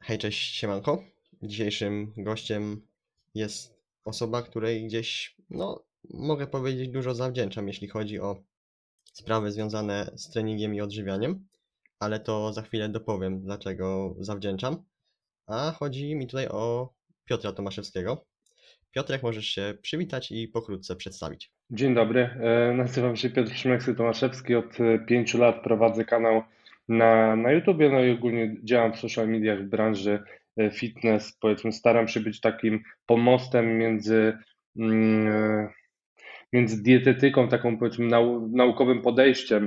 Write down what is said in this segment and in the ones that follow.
Hej, cześć, siemanko. Dzisiejszym gościem jest osoba, której gdzieś, no, mogę powiedzieć, dużo zawdzięczam, jeśli chodzi o sprawy związane z treningiem i odżywianiem, ale to za chwilę dopowiem, dlaczego zawdzięczam. A chodzi mi tutaj o Piotra Tomaszewskiego. Piotrek, możesz się przywitać i pokrótce przedstawić. Dzień dobry, nazywam się Piotr Szymeksyk-Tomaszewski. Od 5 lat prowadzę kanał na YouTubie, no i ogólnie działam w social mediach w branży fitness. Powiedzmy, staram się być takim pomostem mm, e, między dietetyką, taką powiedzmy naukowym podejściem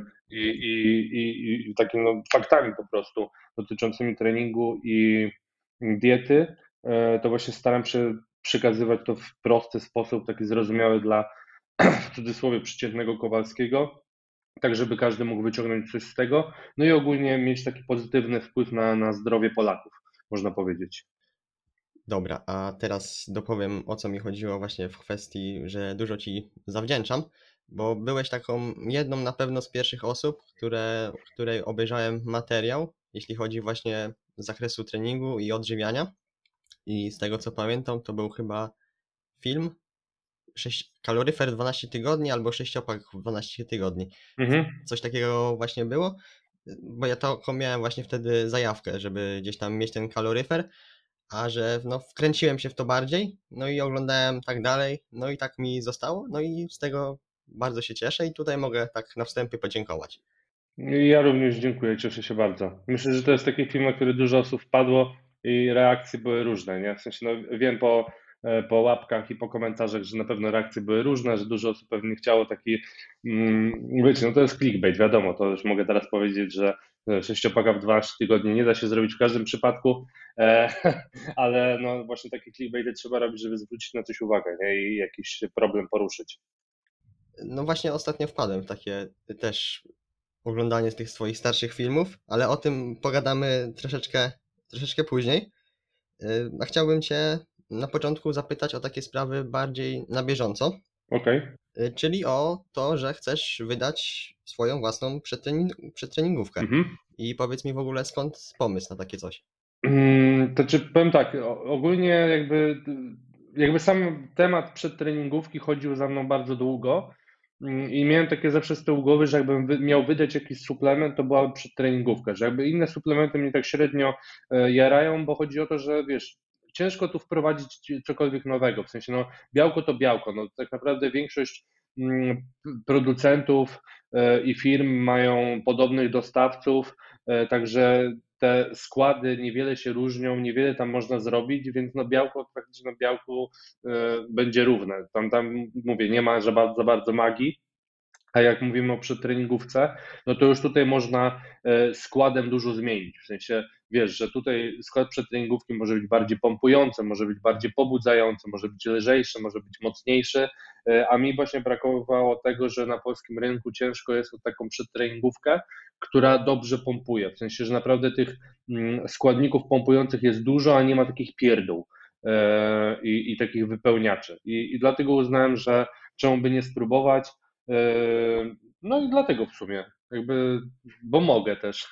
i takimi no, faktami po prostu dotyczącymi treningu i diety. To właśnie staram się przekazywać to w prosty sposób, taki zrozumiały dla w cudzysłowie przeciętnego Kowalskiego, tak żeby każdy mógł wyciągnąć coś z tego, no i ogólnie mieć taki pozytywny wpływ na zdrowie Polaków, można powiedzieć. Dobra, a teraz dopowiem, o co mi chodziło właśnie w kwestii, że dużo Ci zawdzięczam, bo byłeś taką jedną na pewno z pierwszych osób, której obejrzałem materiał, jeśli chodzi właśnie z zakresu treningu i odżywiania. I z tego co pamiętam, to był chyba film kaloryfer 12 tygodni albo sześciopak w 12 tygodni. Mhm. Coś takiego właśnie było, bo ja to miałem właśnie wtedy zajawkę, żeby gdzieś tam mieć ten kaloryfer, a że no, wkręciłem się w to bardziej, no i oglądałem tak dalej, no i tak mi zostało, no i z tego bardzo się cieszę i tutaj mogę tak na wstępie podziękować. Ja również dziękuję, cieszę się bardzo. Myślę, że to jest taki film, na który dużo osób wpadło i reakcje były różne, nie? W sensie, no, wiem po łapkach i po komentarzach, że na pewno reakcje były różne, że dużo osób pewnie chciało taki, wiecie, no to jest clickbait, wiadomo, to już mogę teraz powiedzieć, że sześciopaka w 12 tygodni nie da się zrobić w każdym przypadku, e, ale no właśnie takie clickbaity trzeba robić, żeby zwrócić na coś uwagę, nie? I jakiś problem poruszyć. No właśnie ostatnio wpadłem w takie też oglądanie tych swoich starszych filmów, ale o tym pogadamy troszeczkę później. A chciałbym Cię na początku zapytać o takie sprawy bardziej na bieżąco, Okej. czyli o to, że chcesz wydać swoją własną przedtreningówkę. Mhm. I powiedz mi w ogóle skąd pomysł na takie coś. To czy powiem tak, ogólnie jakby sam temat przedtreningówki chodził za mną bardzo długo i miałem takie zawsze z tyłu głowy, że jakbym miał wydać jakiś suplement, to byłaby przedtreningówka, że jakby inne suplementy mnie tak średnio jarają, bo chodzi o to, że wiesz, ciężko tu wprowadzić cokolwiek nowego, w sensie no białko to białko, no tak naprawdę większość mm, producentów i firm mają podobnych dostawców, także te składy niewiele się różnią, niewiele tam można zrobić, więc no białko praktycznie na białku będzie równe. Tam mówię, nie ma za bardzo magii. A jak mówimy o przedtreningówce, no to już tutaj można składem dużo zmienić. W sensie, wiesz, że tutaj skład przedtreningówki może być bardziej pompujący, może być bardziej pobudzający, może być lżejszy, może być mocniejszy, a mi właśnie brakowało tego, że na polskim rynku ciężko jest o taką przedtreningówkę, która dobrze pompuje. W sensie, że naprawdę tych składników pompujących jest dużo, a nie ma takich pierdół i takich wypełniaczy. I dlatego uznałem, że czemu by nie spróbować. No i dlatego w sumie, jakby, bo mogę też.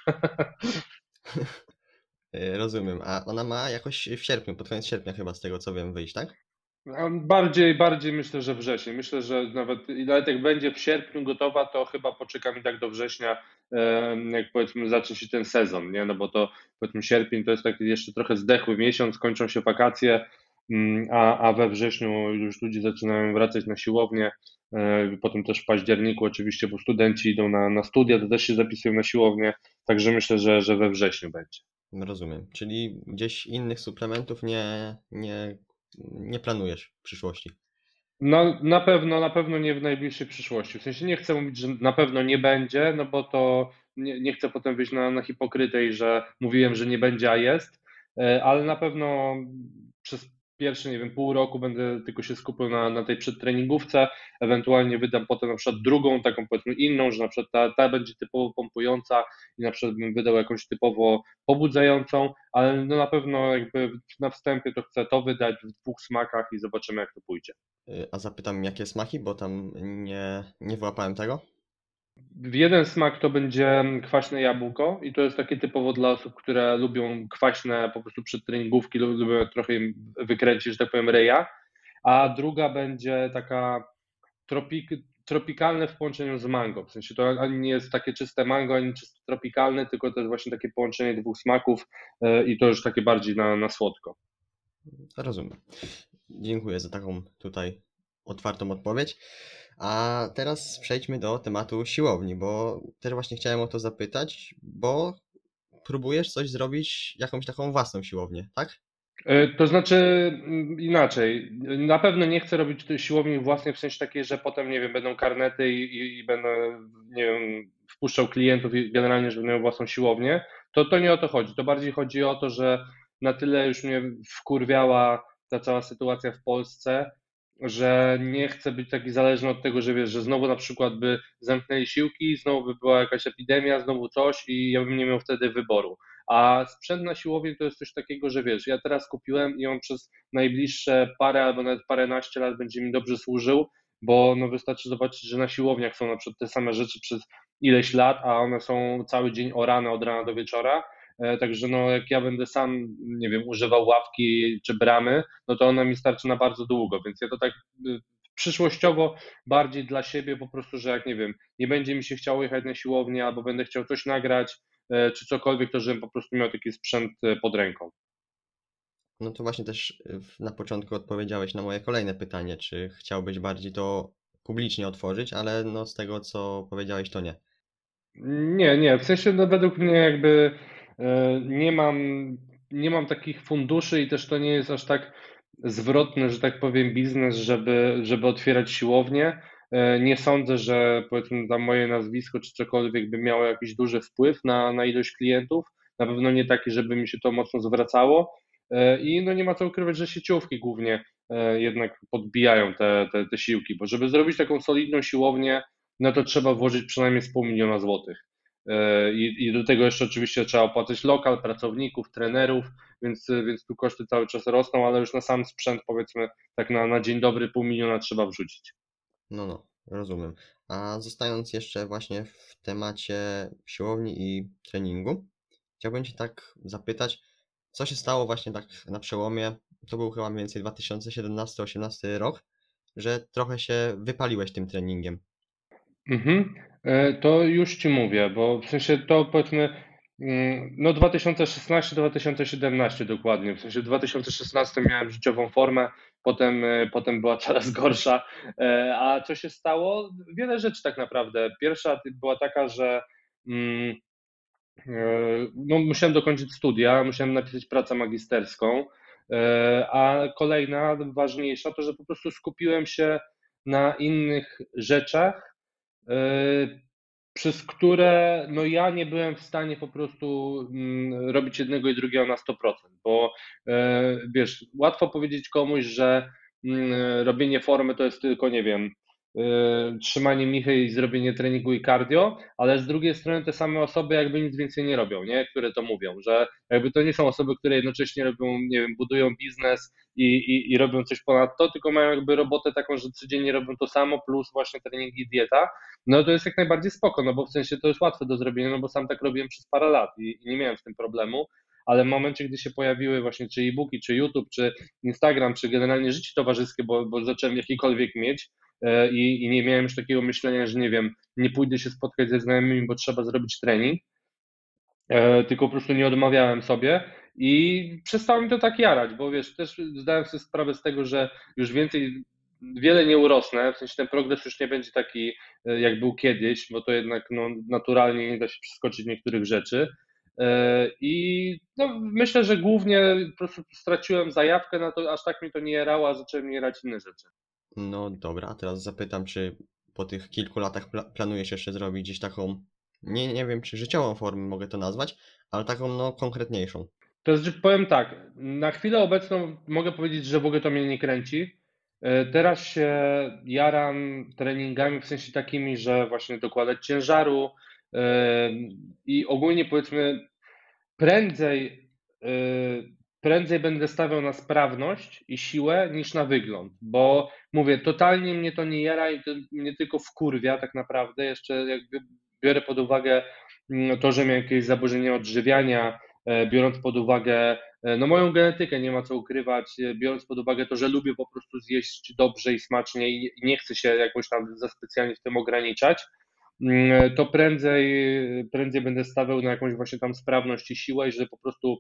Rozumiem. A ona ma jakoś w sierpniu, pod koniec sierpnia chyba z tego co wiem wyjść, tak? A bardziej myślę, że wrzesień. Myślę, że nawet jak będzie w sierpniu gotowa, to chyba poczekam i tak do września, jak powiedzmy zacznie się ten sezon, nie? No bo to powiedzmy sierpień to jest taki jeszcze trochę zdechły miesiąc, kończą się wakacje, a we wrześniu już ludzie zaczynają wracać na siłownię. Potem też w październiku oczywiście, bo studenci idą na studia, to też się zapisują na siłownię, także myślę, że we wrześniu będzie. Rozumiem. Czyli gdzieś innych suplementów nie planujesz w przyszłości. No, na pewno nie w najbliższej przyszłości. W sensie nie chcę mówić, że na pewno nie będzie, no bo to nie chcę potem wyjść na hipokrytę i że mówiłem, że nie będzie, a jest, ale na pewno przez pierwsze, nie wiem, pół roku będę tylko się skupiał na tej przedtreningówce, ewentualnie wydam potem na przykład drugą, taką powiedzmy inną, że na przykład ta będzie typowo pompująca i na przykład bym wydał jakąś typowo pobudzającą, ale no na pewno jakby na wstępie to chcę to wydać w dwóch smakach i zobaczymy jak to pójdzie. A zapytam jakie smaki, bo tam nie wyłapałem tego. Jeden smak to będzie kwaśne jabłko i to jest takie typowo dla osób, które lubią kwaśne po prostu przedtreningówki, lubią trochę im wykręcić, że tak powiem, ryja, a druga będzie taka tropik, tropikalne w połączeniu z mango. W sensie to ani nie jest takie czyste mango, ani czysto tropikalne, tylko to jest właśnie takie połączenie dwóch smaków i to już takie bardziej na słodko. Rozumiem. Dziękuję za taką tutaj otwartą odpowiedź. A teraz przejdźmy do tematu siłowni, bo też właśnie chciałem o to zapytać, bo próbujesz coś zrobić, jakąś taką własną siłownię, tak? To znaczy inaczej. Na pewno nie chcę robić tej siłowni własnej w sensie takiej, że potem, nie wiem, będą karnety i będę, nie wiem, wpuszczał klientów i generalnie, że będę miał własną siłownię. To nie o to chodzi. To bardziej chodzi o to, że na tyle już mnie wkurwiała ta cała sytuacja w Polsce, że nie chcę być taki zależny od tego, że wiesz, że znowu na przykład by zamknęli siłki, znowu by była jakaś epidemia, znowu coś i ja bym nie miał wtedy wyboru. A sprzęt na siłowni to jest coś takiego, że wiesz, ja teraz kupiłem i on przez najbliższe parę albo nawet paręnaście lat będzie mi dobrze służył, bo no wystarczy zobaczyć, że na siłowniach są na przykład te same rzeczy przez ileś lat, a one są cały dzień orane od rana do wieczora. Także no jak ja będę sam, nie wiem, używał ławki czy bramy, no to ona mi starczy na bardzo długo, więc ja to tak przyszłościowo bardziej dla siebie po prostu, że jak nie wiem, nie będzie mi się chciało jechać na siłownię albo będę chciał coś nagrać, czy cokolwiek, to żebym po prostu miał taki sprzęt pod ręką. No to właśnie też na początku odpowiedziałeś na moje kolejne pytanie, czy chciałbyś bardziej to publicznie otworzyć, ale no z tego co powiedziałeś to nie. Nie, nie, w sensie no według mnie jakby nie mam, nie mam takich funduszy i też to nie jest aż tak zwrotny, że tak powiem, biznes, żeby otwierać siłownię. Nie sądzę, że powiedzmy tam moje nazwisko czy cokolwiek by miało jakiś duży wpływ na ilość klientów. Na pewno nie taki, żeby mi się to mocno zwracało. I no nie ma co ukrywać, że sieciówki głównie jednak podbijają te siłki, bo żeby zrobić taką solidną siłownię, no to trzeba włożyć przynajmniej z $500 000. I do tego jeszcze oczywiście trzeba opłacać lokal, pracowników, trenerów, więc tu koszty cały czas rosną, ale już na sam sprzęt powiedzmy tak na dzień dobry $500 000 trzeba wrzucić. No, no, rozumiem. A zostając jeszcze właśnie w temacie siłowni i treningu, chciałbym Cię tak zapytać, co się stało właśnie tak na przełomie, to był chyba mniej więcej 2017-18 rok, że trochę się wypaliłeś tym treningiem. Mhm. To już Ci mówię, bo w sensie to powiedzmy no 2016-2017 dokładnie. W sensie w 2016 miałem życiową formę, potem była coraz gorsza. A co się stało? Wiele rzeczy tak naprawdę. Pierwsza była taka, że mm, no, musiałem dokończyć studia, musiałem napisać pracę magisterską, a kolejna, ważniejsza, to że po prostu skupiłem się na innych rzeczach, przez które no ja nie byłem w stanie po prostu robić jednego i drugiego na 100%, bo wiesz, łatwo powiedzieć komuś, że robienie formy to jest tylko, nie wiem, trzymanie michy i zrobienie treningu i cardio, ale z drugiej strony te same osoby jakby nic więcej nie robią, nie? Które to mówią, że jakby to nie są osoby, które jednocześnie robią, nie wiem, budują biznes i robią coś ponad to, tylko mają jakby robotę taką, że codziennie robią to samo, plus właśnie treningi i dieta. No to jest jak najbardziej spoko, no bo w sensie to jest łatwe do zrobienia, no bo sam tak robiłem przez parę lat i nie miałem z tym problemu, ale w momencie, gdy się pojawiły właśnie czy e-booki, czy YouTube, czy Instagram, czy generalnie życie towarzyskie, bo zacząłem jakikolwiek mieć i nie miałem już takiego myślenia, że nie wiem, nie pójdę się spotkać ze znajomymi, bo trzeba zrobić trening, tylko po prostu nie odmawiałem sobie i przestało mi to tak jarać, bo wiesz, też zdałem sobie sprawę z tego, że już wiele nie urosnę, w sensie ten progres już nie będzie taki, jak był kiedyś, bo to jednak no, naturalnie nie da się przeskoczyć niektórych rzeczy. I no, myślę, że głównie po prostu straciłem zajawkę na to, aż tak mi to nie jarało, a zacząłem jarać inne rzeczy. No dobra, a teraz zapytam, czy po tych kilku latach planujesz jeszcze zrobić gdzieś taką, nie wiem, czy życiową formę mogę to nazwać, ale taką no konkretniejszą. To znaczy, powiem tak, na chwilę obecną mogę powiedzieć, że w ogóle to mnie nie kręci. Teraz się jaram treningami w sensie takimi, że właśnie dokładać ciężaru i ogólnie powiedzmy prędzej prędzej będę stawiał na sprawność i siłę niż na wygląd, bo mówię, totalnie mnie to nie jara i to mnie tylko wkurwia tak naprawdę. Jeszcze jakby biorę pod uwagę to, że miałem jakieś zaburzenia odżywiania, biorąc pod uwagę no moją genetykę, nie ma co ukrywać, biorąc pod uwagę to, że lubię po prostu zjeść dobrze i smacznie i nie chcę się jakoś tam za specjalnie w tym ograniczać, to prędzej będę stawiał na jakąś właśnie tam sprawność i siłę i że po prostu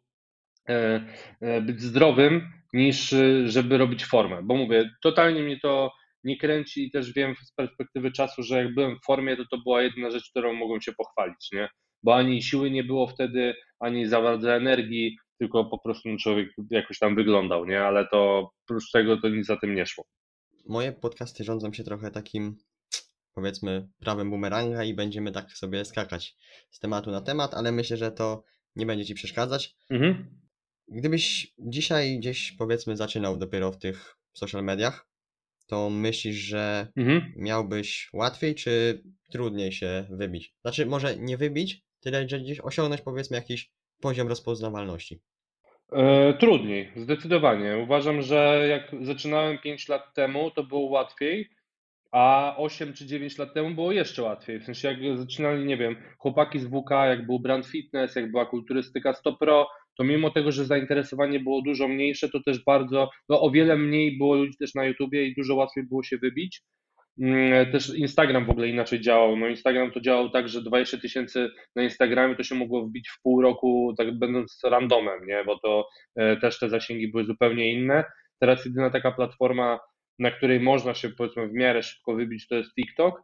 być zdrowym, niż żeby robić formę. Bo mówię, totalnie mnie to nie kręci i też wiem z perspektywy czasu, że jak byłem w formie, to była jedyna rzecz, którą mogłem się pochwalić, nie? Bo ani siły nie było wtedy, ani za bardzo energii, tylko po prostu człowiek jakoś tam wyglądał, nie? Ale to oprócz tego to nic za tym nie szło. Moje podcasty rządzą się trochę takim, powiedzmy, prawem bumeranga i będziemy tak sobie skakać z tematu na temat, ale myślę, że to nie będzie Ci przeszkadzać. Mhm. Gdybyś dzisiaj gdzieś, powiedzmy, zaczynał dopiero w tych social mediach, to myślisz, że Mhm. miałbyś łatwiej czy trudniej się wybić? Znaczy, może nie wybić, tyle że gdzieś osiągnąć, powiedzmy, jakiś poziom rozpoznawalności. Trudniej, zdecydowanie. Uważam, że jak zaczynałem 5 lat temu, to było łatwiej, a 8 czy 9 lat temu było jeszcze łatwiej. W sensie jak zaczynali, nie wiem, chłopaki z WK, jak był Brand Fitness, jak była kulturystyka 100 Pro, to mimo tego, że zainteresowanie było dużo mniejsze, to też bardzo, no o wiele mniej było ludzi też na YouTubie i dużo łatwiej było się wybić. Też Instagram w ogóle inaczej działał. No Instagram to działał tak, że 20 000 na Instagramie to się mogło wbić w pół roku, tak będąc randomem, nie? Bo to też te zasięgi były zupełnie inne. Teraz jedyna taka platforma, na której można się powiedzmy w miarę szybko wybić, to jest TikTok.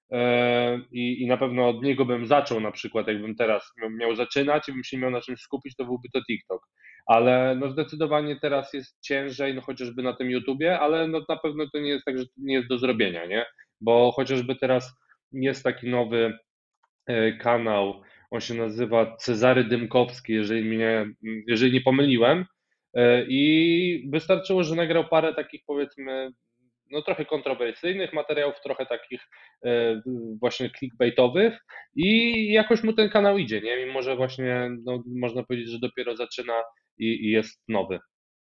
I na pewno od niego bym zaczął na przykład, jakbym teraz miał zaczynać i bym się miał na czymś skupić, to byłby to TikTok. Ale no zdecydowanie teraz jest ciężej, no chociażby na tym YouTubie, ale no na pewno to nie jest tak, że to nie jest do zrobienia, nie? Bo chociażby teraz jest taki nowy kanał, on się nazywa Cezary Dymkowski, jeżeli nie pomyliłem. I wystarczyło, że nagrał parę takich powiedzmy no trochę kontrowersyjnych materiałów, trochę takich właśnie clickbaitowych i jakoś mu ten kanał idzie, nie? Mimo, że właśnie no, można powiedzieć, że dopiero zaczyna i jest nowy.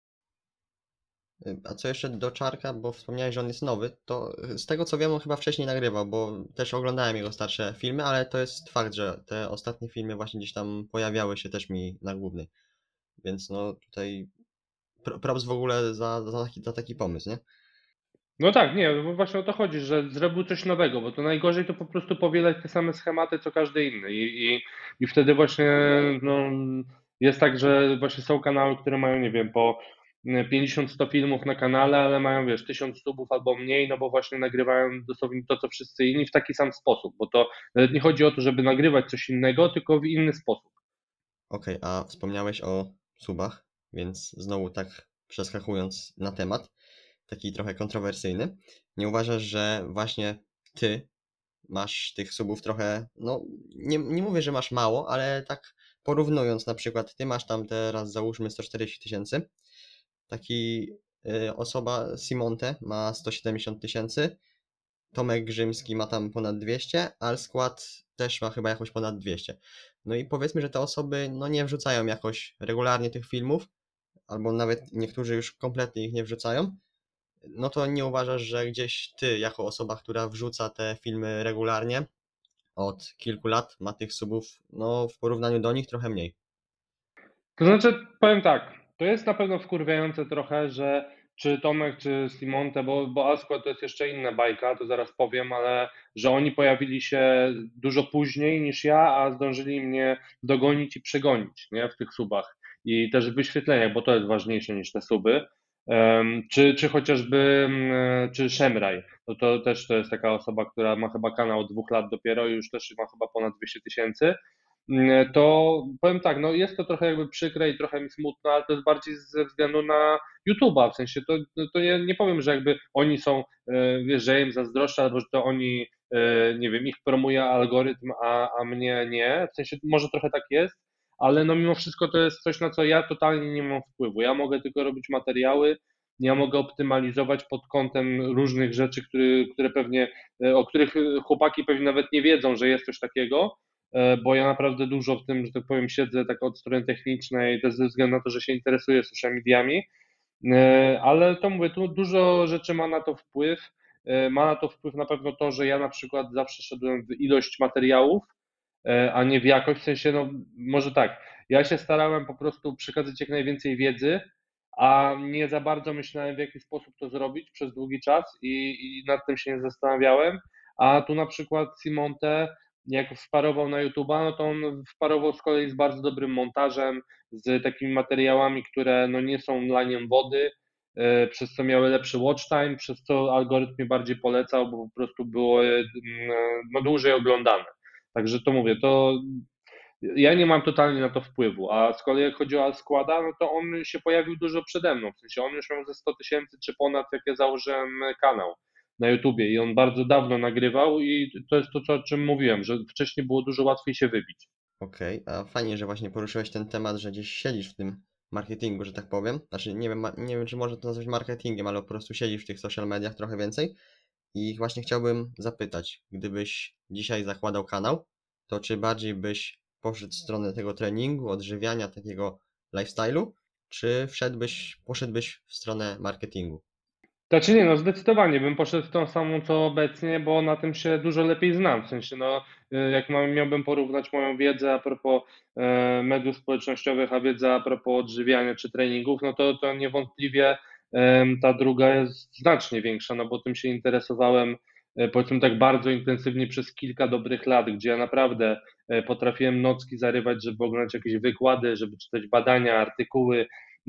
A co jeszcze do Czarka, bo wspomniałeś, że on jest nowy, to z tego co wiem, on chyba wcześniej nagrywał, bo też oglądałem jego starsze filmy, ale to jest fakt, że te ostatnie filmy właśnie gdzieś tam pojawiały się też mi na głównej. Więc no tutaj props w ogóle za taki pomysł, nie? No tak, nie, bo właśnie o to chodzi, że zrobił coś nowego, bo to najgorzej to po prostu powielać te same schematy co każdy inny i wtedy właśnie no, jest tak, że właśnie są kanały, które mają, nie wiem, po 50-100 filmów na kanale, ale mają, wiesz, 1000 subów albo mniej, no bo właśnie nagrywają dosłownie to, co wszyscy inni w taki sam sposób, bo to nawet nie chodzi o to, żeby nagrywać coś innego, tylko w inny sposób. Okej, a wspomniałeś o subach, więc znowu tak przeskakując na temat, taki trochę kontrowersyjny. Nie uważasz, że właśnie ty masz tych subów trochę, no nie mówię, że masz mało, ale tak porównując na przykład, ty masz tam teraz załóżmy 140 000, taki osoba Simonte ma 170 000, Tomek Grzymski ma tam ponad 200, Al Skład też ma chyba jakoś ponad 200. No i powiedzmy, że te osoby no nie wrzucają jakoś regularnie tych filmów, albo nawet niektórzy już kompletnie ich nie wrzucają, no to nie uważasz, że gdzieś ty, jako osoba, która wrzuca te filmy regularnie od kilku lat, ma tych subów, no w porównaniu do nich trochę mniej. To znaczy, powiem tak, to jest na pewno wkurwiające trochę, że czy Tomek, czy Simonte, bo Asko to jest jeszcze inna bajka, to zaraz powiem, ale że oni pojawili się dużo później niż ja, a zdążyli mnie dogonić i przegonić, nie, w tych subach i też w wyświetleniach, bo to jest ważniejsze niż te suby. Czy chociażby, czy Szemraj, to też to jest taka osoba, która ma chyba kanał od 2 lat dopiero i już też ma chyba ponad 200 000. To powiem tak, no jest to trochę jakby przykre i trochę mi smutno, ale to jest bardziej ze względu na YouTube'a, w sensie to nie powiem, że jakby oni są, wiesz, że ja im zazdroszczę, albo że to oni, nie wiem, ich promuje algorytm, a mnie nie, w sensie może trochę tak jest, ale no mimo wszystko to jest coś, na co ja totalnie nie mam wpływu, ja mogę tylko robić materiały, ja mogę optymalizować pod kątem różnych rzeczy, które pewnie, o których chłopaki pewnie nawet nie wiedzą, że jest coś takiego, bo ja naprawdę dużo w tym, że tak powiem, siedzę tak od strony technicznej, też ze względu na to, że się interesuję social mediami. Ale to mówię, tu dużo rzeczy ma na to wpływ. Ma na to wpływ na pewno to, że ja na przykład zawsze szedłem w ilość materiałów, a nie w jakość. W sensie, no może tak, ja się starałem po prostu przekazać jak najwięcej wiedzy, a nie za bardzo myślałem, w jaki sposób to zrobić przez długi czas i nad tym się nie zastanawiałem. A tu na przykład Simonte, jak wparował na YouTube'a, no to on wparował z kolei z bardzo dobrym montażem, z takimi materiałami, które no nie są laniem wody, przez co miały lepszy watch time, przez co algorytm mnie bardziej polecał, bo po prostu było no, dłużej oglądane. Także to mówię, to ja nie mam totalnie na to wpływu, a z kolei jak chodzi o Składa, no to on się pojawił dużo przede mną, w sensie on już miał ze 100 000 czy ponad, jak ja założyłem kanał na YouTubie i on bardzo dawno nagrywał i to jest to, o czym mówiłem, że wcześniej było dużo łatwiej się wybić. Okej, a fajnie, że właśnie poruszyłeś ten temat, że gdzieś siedzisz w tym marketingu, że tak powiem. Znaczy, nie wiem, nie wiem, czy można to nazwać marketingiem, ale po prostu siedzisz w tych social mediach trochę więcej. I właśnie chciałbym zapytać, gdybyś dzisiaj zakładał kanał, to czy bardziej byś poszedł w stronę tego treningu, odżywiania, takiego lifestyle'u, czy poszedłbyś w stronę marketingu? Znaczy nie, no zdecydowanie bym poszedł w tą samą co obecnie, bo na tym się dużo lepiej znam. W sensie, no, jak miałbym porównać moją wiedzę a propos mediów społecznościowych, a wiedzę a propos odżywiania czy treningów, no to niewątpliwie ta druga jest znacznie większa, no bo tym się interesowałem powiedzmy tak bardzo intensywnie przez kilka dobrych lat, gdzie ja naprawdę potrafiłem nocki zarywać, żeby oglądać jakieś wykłady, żeby czytać badania, artykuły,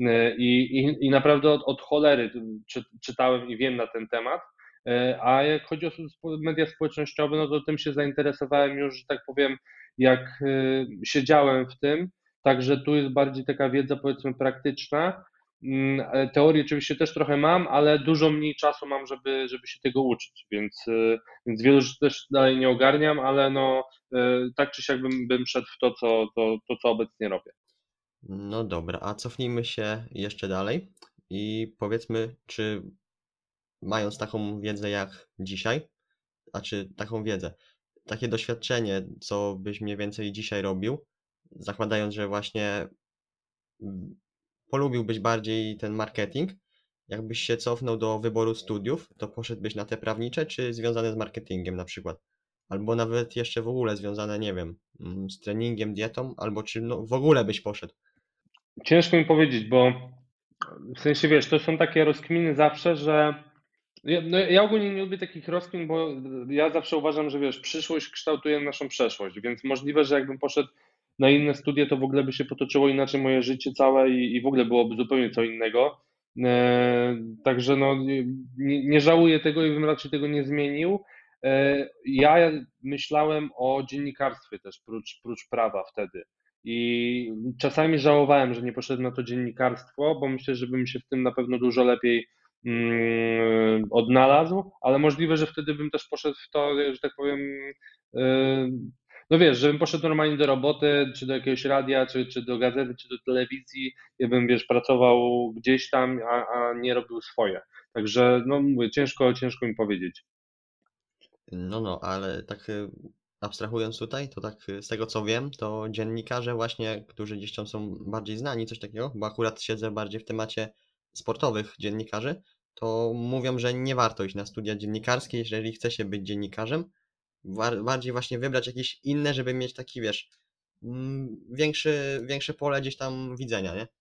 i naprawdę od cholery czytałem i wiem na ten temat. A jak chodzi o media społecznościowe, no to tym się zainteresowałem już, że tak powiem, jak siedziałem w tym. Także tu jest bardziej taka wiedza, powiedzmy, praktyczna. Teorii oczywiście też trochę mam, ale dużo mniej czasu mam, żeby się tego uczyć, więc wielu rzeczy też dalej nie ogarniam, ale no tak czy siak bym szedł w to, co obecnie robię. No dobra, a cofnijmy się jeszcze dalej i powiedzmy, czy mając taką wiedzę jak dzisiaj, a czy taką wiedzę, takie doświadczenie, co byś mniej więcej dzisiaj robił, zakładając, że właśnie mm, polubiłbyś bardziej ten marketing, jakbyś się cofnął do wyboru studiów, to poszedłbyś na te prawnicze, czy związane z marketingiem na przykład? Albo nawet jeszcze w ogóle związane, nie wiem, z treningiem, dietą, albo czy no, w ogóle byś poszedł. Ciężko mi powiedzieć, bo w sensie wiesz, to są takie rozkminy zawsze, że ja ogólnie nie lubię takich rozkmin, bo ja zawsze uważam, że wiesz, przyszłość kształtuje naszą przeszłość, więc możliwe, że jakbym poszedł na inne studia, to w ogóle by się potoczyło inaczej moje życie całe i w ogóle byłoby zupełnie co innego. Także no, nie żałuję tego i bym raczej tego nie zmienił. Ja myślałem o dziennikarstwie też, prócz prawa wtedy. I czasami żałowałem, że nie poszedłem na to dziennikarstwo, bo myślę, że bym się w tym na pewno dużo lepiej odnalazł, ale możliwe, że wtedy bym też poszedł w to, że tak powiem, yy, no wiesz, żebym poszedł normalnie do roboty, czy do jakiegoś radia, czy do gazety, czy do telewizji, ja bym, wiesz, pracował gdzieś tam, a nie robił swoje. Także, no mówię, ciężko mi powiedzieć. No, ale tak abstrahując tutaj, to tak z tego co wiem, to dziennikarze właśnie, którzy gdzieś tam są bardziej znani, coś takiego, bo akurat siedzę bardziej w temacie sportowych dziennikarzy, to mówią, że nie warto iść na studia dziennikarskie, jeżeli chce się być dziennikarzem, bardziej właśnie wybrać jakieś inne, żeby mieć taki, wiesz, większe pole gdzieś tam widzenia, nie?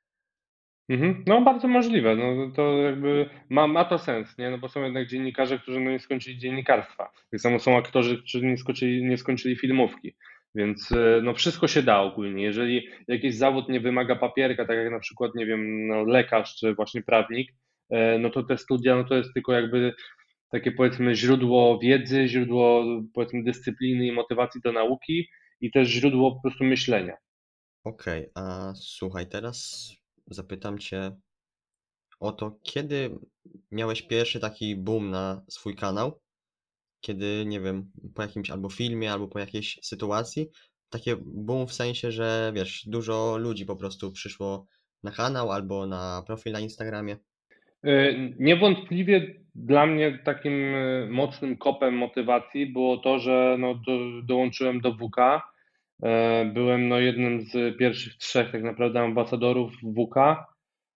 Mhm. No bardzo możliwe, no to jakby ma to sens, nie? No bo są jednak dziennikarze, którzy no nie skończyli dziennikarstwa. Tak samo są aktorzy, którzy nie skończyli filmówki. Więc no wszystko się da ogólnie. Jeżeli jakiś zawód nie wymaga papierka, tak jak na przykład, nie wiem, no, lekarz czy właśnie prawnik, no to te studia, no to jest tylko jakby takie powiedzmy źródło wiedzy, źródło powiedzmy dyscypliny i motywacji do nauki i też źródło po prostu myślenia. Okej, a słuchaj, teraz zapytam Cię o to, kiedy miałeś pierwszy taki boom na swój kanał? Kiedy, nie wiem, po jakimś albo filmie, albo po jakiejś sytuacji, takie boom w sensie, że wiesz, dużo ludzi po prostu przyszło na kanał albo na profil na Instagramie. Niewątpliwie dla mnie takim mocnym kopem motywacji było to, że no, dołączyłem do WK. Byłem no, jednym z pierwszych trzech tak naprawdę ambasadorów WK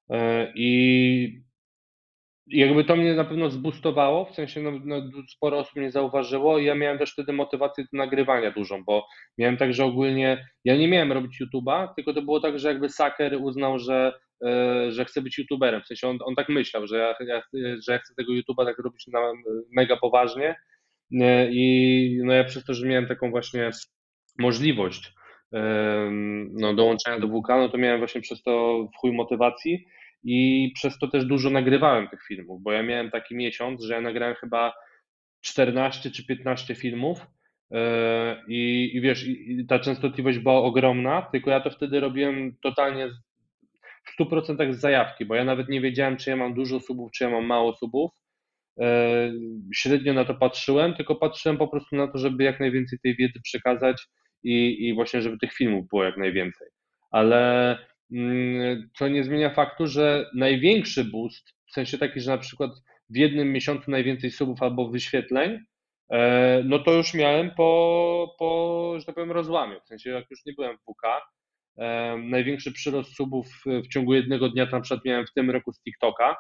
i jakby to mnie na pewno zboostowało, w sensie no, sporo osób mnie zauważyło i ja miałem też wtedy motywację do nagrywania dużą, bo miałem tak, że ogólnie ja nie miałem robić YouTube'a, tylko to było tak, że jakby Saker uznał, że chce być YouTuberem, w sensie on tak myślał, że ja chcę tego YouTube'a tak robić na mega poważnie. I no ja przez to, że miałem taką właśnie możliwość no, dołączenia do WK, no to miałem właśnie przez to w chuj motywacji i przez to też dużo nagrywałem tych filmów, bo ja miałem taki miesiąc, że ja nagrałem chyba 14 czy 15 filmów i wiesz, i ta częstotliwość była ogromna, tylko ja to wtedy robiłem totalnie w 100% z zajawki, bo ja nawet nie wiedziałem, czy ja mam dużo subów, czy ja mam mało subów. E, Średnio na to patrzyłem, tylko patrzyłem po prostu na to, żeby jak najwięcej tej wiedzy przekazać i właśnie, żeby tych filmów było jak najwięcej. Ale co nie zmienia faktu, że największy boost, w sensie taki, że na przykład w jednym miesiącu najwięcej subów albo wyświetleń, no to już miałem że tak powiem, rozłamie. W sensie jak już nie byłem w WK, największy przyrost subów w ciągu jednego dnia, tam na przykład miałem w tym roku z TikToka.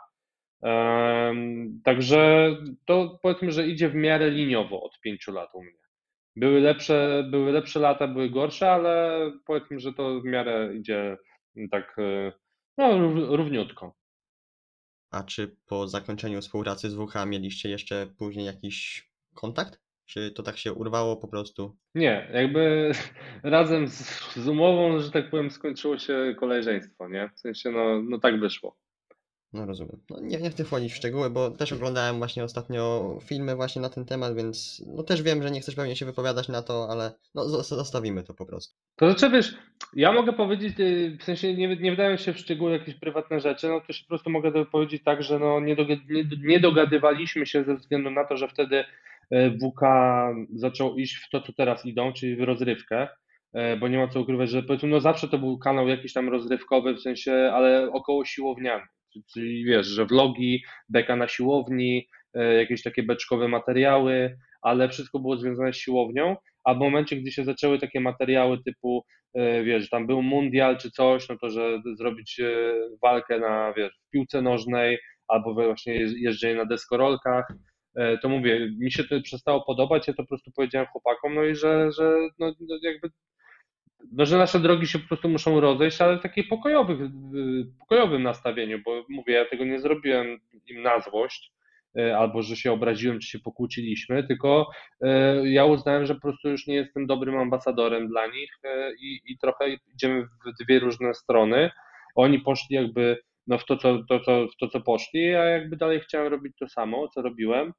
Także to powiedzmy, że idzie w miarę liniowo od 5 lat u mnie. Były lepsze lata, były gorsze, ale powiedzmy, że to w miarę idzie tak no, równiutko. A czy po zakończeniu współpracy z WH mieliście jeszcze później jakiś kontakt? Czy to tak się urwało po prostu? Nie, jakby razem z umową, że tak powiem, skończyło się koleżeństwo, nie? W sensie, no tak wyszło. No rozumiem. No nie chcę wchodzić w szczegóły, bo też oglądałem właśnie ostatnio filmy właśnie na ten temat, więc no też wiem, że nie chcesz pewnie się wypowiadać na to, ale no zostawimy to po prostu. To znaczy, wiesz, ja mogę powiedzieć, w sensie nie wdając się w szczegóły jakieś prywatne rzeczy, no to się po prostu mogę powiedzieć tak, że no nie dogadywaliśmy się ze względu na to, że wtedy WK zaczął iść w to, co teraz idą, czyli w rozrywkę, bo nie ma co ukrywać, że powiedzmy, no zawsze to był kanał jakiś tam rozrywkowy, w sensie, ale około siłowniany, czyli wiesz, że vlogi, beka na siłowni, jakieś takie beczkowe materiały, ale wszystko było związane z siłownią, a w momencie, gdy się zaczęły takie materiały typu, wiesz, tam był mundial czy coś, no to że zrobić walkę na, wiesz, w piłce nożnej albo właśnie jeżdżenie na deskorolkach, to mówię, mi się to przestało podobać, ja to po prostu powiedziałem chłopakom, no i że no jakby, no, że nasze drogi się po prostu muszą rozejść, ale w takiej pokojowym nastawieniu, bo mówię, ja tego nie zrobiłem im na złość, albo że się obraziłem, czy się pokłóciliśmy, tylko ja uznałem, że po prostu już nie jestem dobrym ambasadorem dla nich i trochę idziemy w dwie różne strony. Oni poszli jakby no w to, co poszli, a jakby dalej chciałem robić to samo, co robiłem,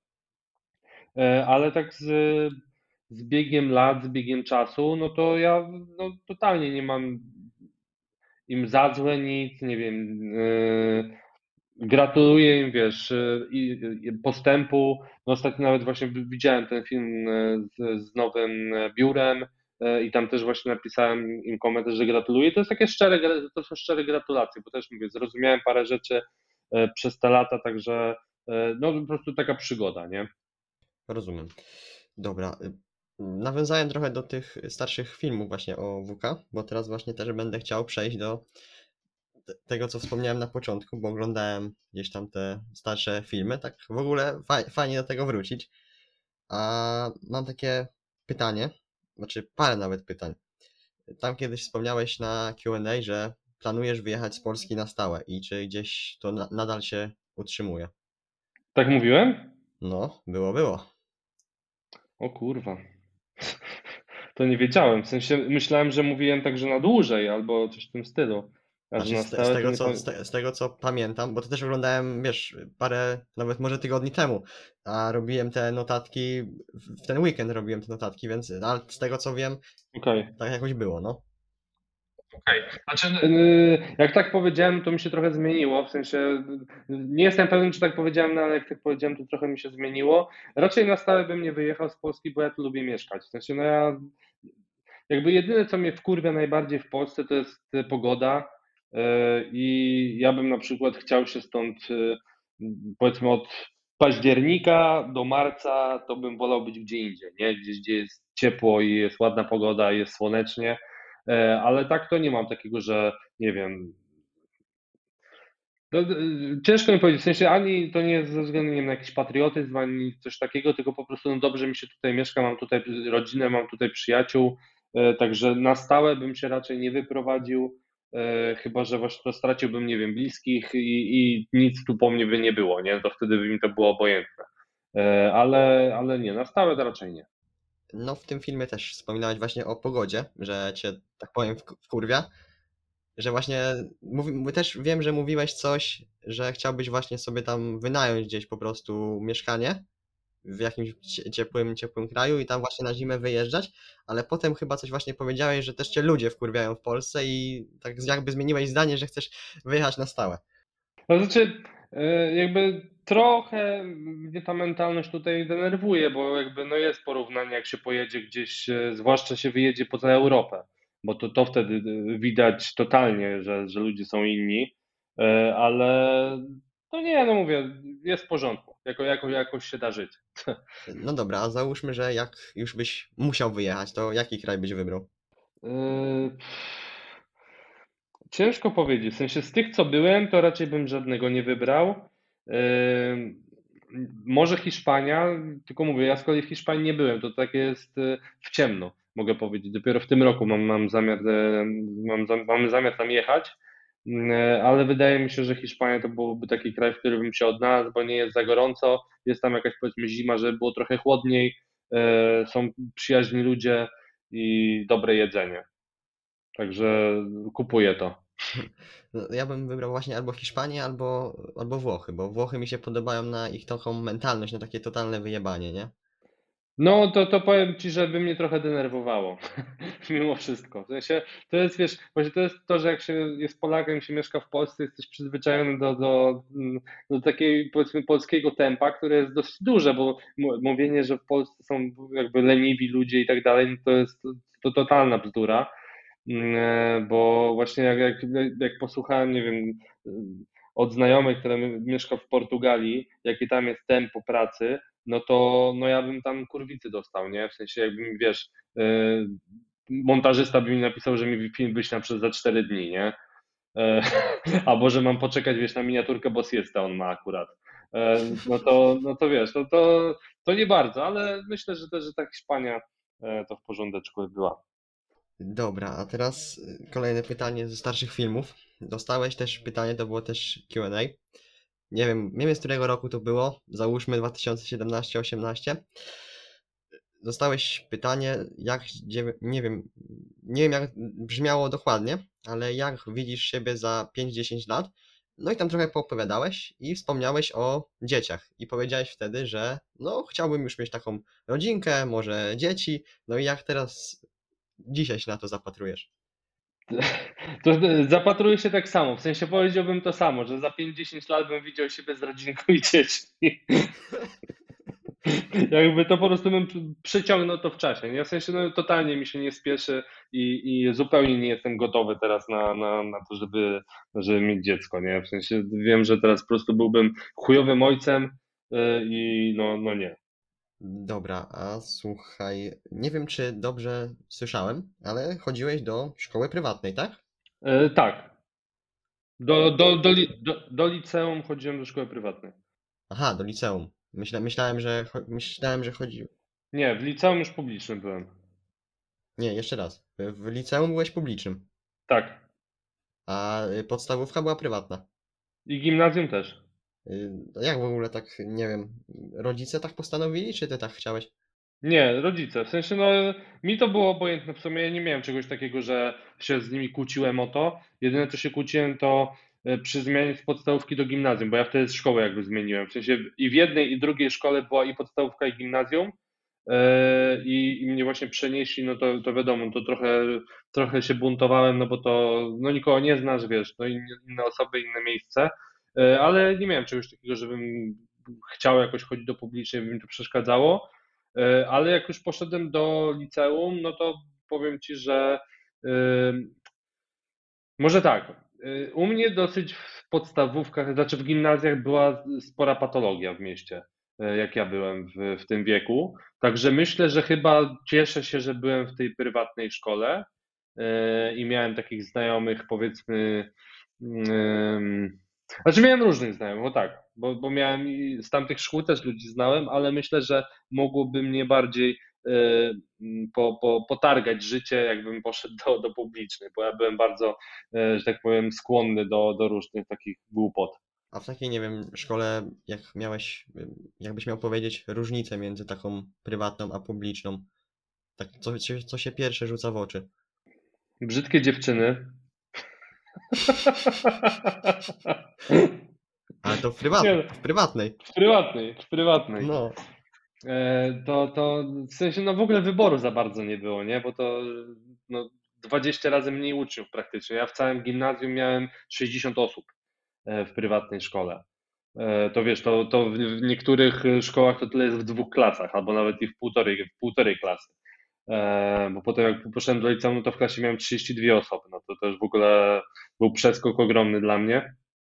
ale tak z biegiem lat, z biegiem czasu, no to ja no, totalnie nie mam im za złe nic, nie wiem, gratuluję im, wiesz, postępu. No ostatnio nawet właśnie widziałem ten film z nowym biurem i tam też właśnie napisałem im komentarz, że gratuluję. To jest takie to są szczere gratulacje, bo też mówię, zrozumiałem parę rzeczy przez te lata, także no po prostu taka przygoda, nie? Rozumiem. Dobra. Nawiązałem trochę do tych starszych filmów właśnie o WK, bo teraz właśnie też będę chciał przejść do tego, co wspomniałem na początku, bo oglądałem gdzieś tam te starsze filmy. Tak w ogóle fajnie do tego wrócić. A mam takie pytanie, znaczy parę nawet pytań. Tam kiedyś wspomniałeś na Q&A, że planujesz wyjechać z Polski na stałe i czy gdzieś to nadal się utrzymuje? Tak mówiłem? No, było. O kurwa. To nie wiedziałem. W sensie myślałem, że mówiłem tak, że na dłużej albo coś w tym stylu. A że Znaczy na z stałe to tego nie co, pamiętam. z tego co pamiętam, bo to też oglądałem, wiesz, parę, nawet może tygodni temu, a robiłem te notatki, w ten weekend robiłem te notatki, więc ale z tego co wiem, Okej. tak jakoś było, no. Okej. Znaczy, jak tak powiedziałem, to mi się trochę zmieniło. W sensie nie jestem pewien, czy tak powiedziałem, no ale jak tak powiedziałem, to trochę mi się zmieniło. Raczej na stałe bym nie wyjechał z Polski, bo ja tu lubię mieszkać. W sensie, no ja jakby jedyne, co mnie wkurwia najbardziej w Polsce, to jest pogoda. I ja bym na przykład chciał się stąd, powiedzmy, od października do marca to bym wolał być gdzie indziej, nie? Gdzieś, gdzie jest ciepło i jest ładna pogoda, jest słonecznie, ale tak to nie mam takiego, że nie wiem, no, ciężko mi powiedzieć, w sensie ani to nie jest ze względu nie wiem, na jakiś patriotyzm, ani coś takiego, tylko po prostu no, dobrze mi się tutaj mieszka, mam tutaj rodzinę, mam tutaj przyjaciół, także na stałe bym się raczej nie wyprowadził, chyba że właśnie to straciłbym, nie wiem, bliskich i nic tu po mnie by nie było, nie? To wtedy by mi to było obojętne. Ale nie, na stałe to raczej nie. No w tym filmie też wspominałeś właśnie o pogodzie, że cię, tak powiem, wkurwia, że właśnie też wiem, że mówiłeś coś, że chciałbyś właśnie sobie tam wynająć gdzieś po prostu mieszkanie w jakimś ciepłym kraju i tam właśnie na zimę wyjeżdżać, ale potem chyba coś właśnie powiedziałeś, że też cię ludzie wkurwiają w Polsce i tak jakby zmieniłeś zdanie, że chcesz wyjechać na stałe. No znaczy, jakby trochę mnie ta mentalność tutaj denerwuje, bo jakby no jest porównanie, jak się pojedzie gdzieś, zwłaszcza się wyjedzie poza Europę, bo to wtedy widać totalnie, że ludzie są inni, ale no nie, no mówię, jest w porządku, jakoś się da żyć. No dobra, a załóżmy, że jak już byś musiał wyjechać, to jaki kraj byś wybrał? Yy, Ciężko powiedzieć. W sensie z tych, co byłem, to raczej bym żadnego nie wybrał. Może Hiszpania, tylko mówię, ja z kolei w Hiszpanii nie byłem. To tak jest w ciemno, mogę powiedzieć. Dopiero w tym roku mam zamiar, mamy zamiar tam jechać, ale wydaje mi się, że Hiszpania to byłby taki kraj, w którym bym się odnalazł, bo nie jest za gorąco. Jest tam jakaś powiedzmy zima, żeby było trochę chłodniej. Są przyjaźni ludzie i dobre jedzenie. Także kupuję to. No, ja bym wybrał właśnie albo Hiszpanię, albo Włochy, bo Włochy mi się podobają na ich taką mentalność, na takie totalne wyjebanie, nie? No to powiem ci, że by mnie trochę denerwowało, mimo wszystko. W sensie, to jest, wiesz, właśnie to jest to, że jak się jest Polakiem, się mieszka w Polsce, jesteś przyzwyczajony do takiej, powiedzmy, polskiego tempa, które jest dość duże, bo mówienie, że w Polsce są jakby leniwi ludzie i tak dalej, no to totalna bzdura. Bo właśnie jak posłuchałem, nie wiem, od znajomych, które mieszka w Portugalii, jakie tam jest tempo pracy, no to no ja bym tam kurwicy dostał, nie? W sensie jakbym, wiesz, montażysta by mi napisał, że mi film wyśle przez za 4 dni, nie? E, Albo że mam poczekać, wiesz, na miniaturkę, bo siesta on ma akurat. No to wiesz, to nie bardzo, ale myślę, że też, że ta Hiszpania to w porządeczku by była. Dobra, a teraz kolejne pytanie ze starszych filmów. Dostałeś też pytanie, to było też Q&A. Nie wiem z którego roku to było, załóżmy 2017-18. Dostałeś pytanie, nie wiem jak brzmiało dokładnie, ale jak widzisz siebie za 5-10 lat? No i tam trochę poopowiadałeś i wspomniałeś o dzieciach i powiedziałeś wtedy, że no chciałbym już mieć taką rodzinkę, może dzieci, no i jak teraz dzisiaj się na to zapatrujesz? To zapatruję się tak samo, w sensie powiedziałbym to samo, że za 5-10 lat bym widział siebie z rodzinką i dziećmi. Jakby to po prostu bym przyciągnął to w czasie. Nie? W sensie no, totalnie mi się nie spieszy i zupełnie nie jestem gotowy teraz na to, żeby mieć dziecko. Nie? W sensie wiem, że teraz po prostu byłbym chujowym ojcem i no nie. Dobra, a słuchaj, nie wiem czy dobrze słyszałem, ale chodziłeś do szkoły prywatnej, tak? Tak, do liceum chodziłem do szkoły prywatnej. Aha, do liceum. Myślałem, że chodzi. Nie, w liceum już publicznym byłem. Nie, jeszcze raz. W liceum byłeś publicznym, Tak. a podstawówka była prywatna. I gimnazjum też. Jak w ogóle tak, nie wiem, rodzice tak postanowili, czy ty tak chciałeś? Nie, rodzice. W sensie, no, mi to było obojętne. W sumie ja nie miałem czegoś takiego, że się z nimi kłóciłem o to. Jedyne, co się kłóciłem, to przy zmianie z podstawówki do gimnazjum, bo ja wtedy szkołę jakby zmieniłem. W sensie i w jednej, i drugiej szkole była i podstawówka, i gimnazjum. I mnie właśnie przenieśli, no to wiadomo, to trochę się buntowałem, no bo to, no nikogo nie znasz, wiesz, no inne osoby, inne miejsce, ale nie miałem czegoś takiego, żebym chciał jakoś chodzić do publicznej, by mi to przeszkadzało. Ale jak już poszedłem do liceum, no to powiem ci, że może tak. U mnie dosyć w podstawówkach, znaczy w gimnazjach była spora patologia w mieście, jak ja byłem w tym wieku. Także myślę, że chyba cieszę się, że byłem w tej prywatnej szkole i miałem takich znajomych, powiedzmy, znaczy miałem różnych znajomych, o tak, bo miałem i z tamtych szkół też ludzi znałem, ale myślę, że mogłoby mnie bardziej e, potargać życie, jakbym poszedł do publicznej, bo ja byłem bardzo, że tak powiem, skłonny do różnych takich głupot. A w takiej, nie wiem, szkole, jakbyś miał powiedzieć, różnicę między taką prywatną a publiczną, tak, co się pierwsze rzuca w oczy? Brzydkie dziewczyny. Ale to Nie, no, w prywatnej. w prywatnej. No, To w sensie, no w ogóle wyboru za bardzo nie było, nie? Bo to no, 20 razy mniej uczniów praktycznie. Ja w całym gimnazjum miałem 60 osób w prywatnej szkole. To wiesz, to w niektórych szkołach to tyle jest w 2 klasach, albo nawet i w półtorej klasy. Bo potem jak poszedłem do liceum, no to w klasie miałem 32 osoby. No to też w ogóle był przeskok ogromny dla mnie.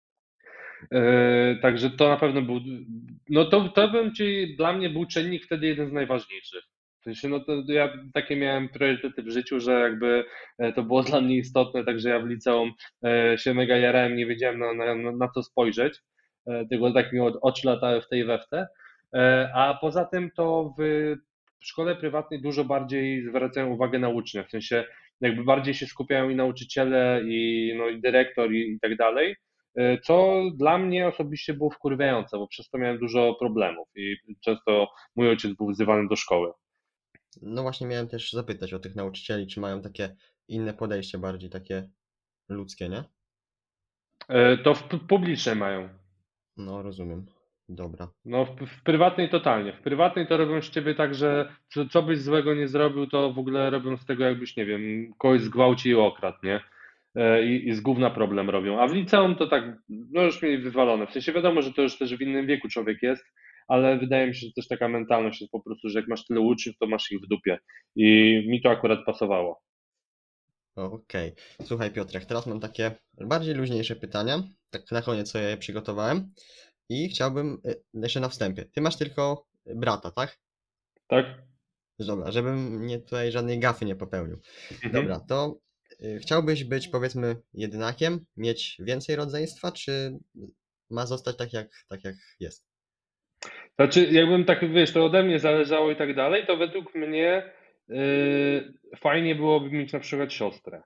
Także to na pewno był, no to bym ci, dla mnie był czynnik wtedy jeden z najważniejszych. W sensie, no to ja takie miałem priorytety w życiu, że jakby to było dla mnie istotne, także ja w liceum się mega jarałem, nie wiedziałem na co spojrzeć, tylko tak mi oczy latały w tej we w te. A poza tym to w szkole prywatnej dużo bardziej zwracają uwagę na ucznia, w sensie jakby bardziej się skupiają i nauczyciele, i, no, i dyrektor, i tak dalej, co dla mnie osobiście było wkurwiające, bo przez to miałem dużo problemów i często mój ojciec był wzywany do szkoły. no właśnie miałem też zapytać o tych nauczycieli, czy mają takie inne podejście, bardziej takie ludzkie, nie? To w publicznej mają. No, rozumiem. Dobra. No, w prywatnej totalnie. W prywatnej to robią z ciebie tak, że co byś złego nie zrobił, to w ogóle robią z tego, jakbyś, nie wiem, kogoś zgwałcił i okradł, nie? I z gówna problem robią. A w liceum to tak, no już mieli wywalone. W sensie wiadomo, że to już też w innym wieku człowiek jest, ale wydaje mi się, że też taka mentalność jest po prostu, że jak masz tyle uczniów, to masz ich w dupie. I mi to akurat pasowało. Okej. Słuchaj, Piotrek, teraz mam takie bardziej luźniejsze pytania. Tak na koniec sobie je przygotowałem. I chciałbym, jeszcze na wstępie. Ty masz tylko brata, tak? Tak? Dobra, żebym nie tutaj żadnej gafy nie popełnił. Mhm. Dobra, to chciałbyś być, powiedzmy, jedynakiem, mieć więcej rodzeństwa, czy ma zostać tak jak jest? Znaczy, jakbym tak, wiesz, to ode mnie zależało i tak dalej, to według mnie fajnie byłoby mieć na przykład siostrę.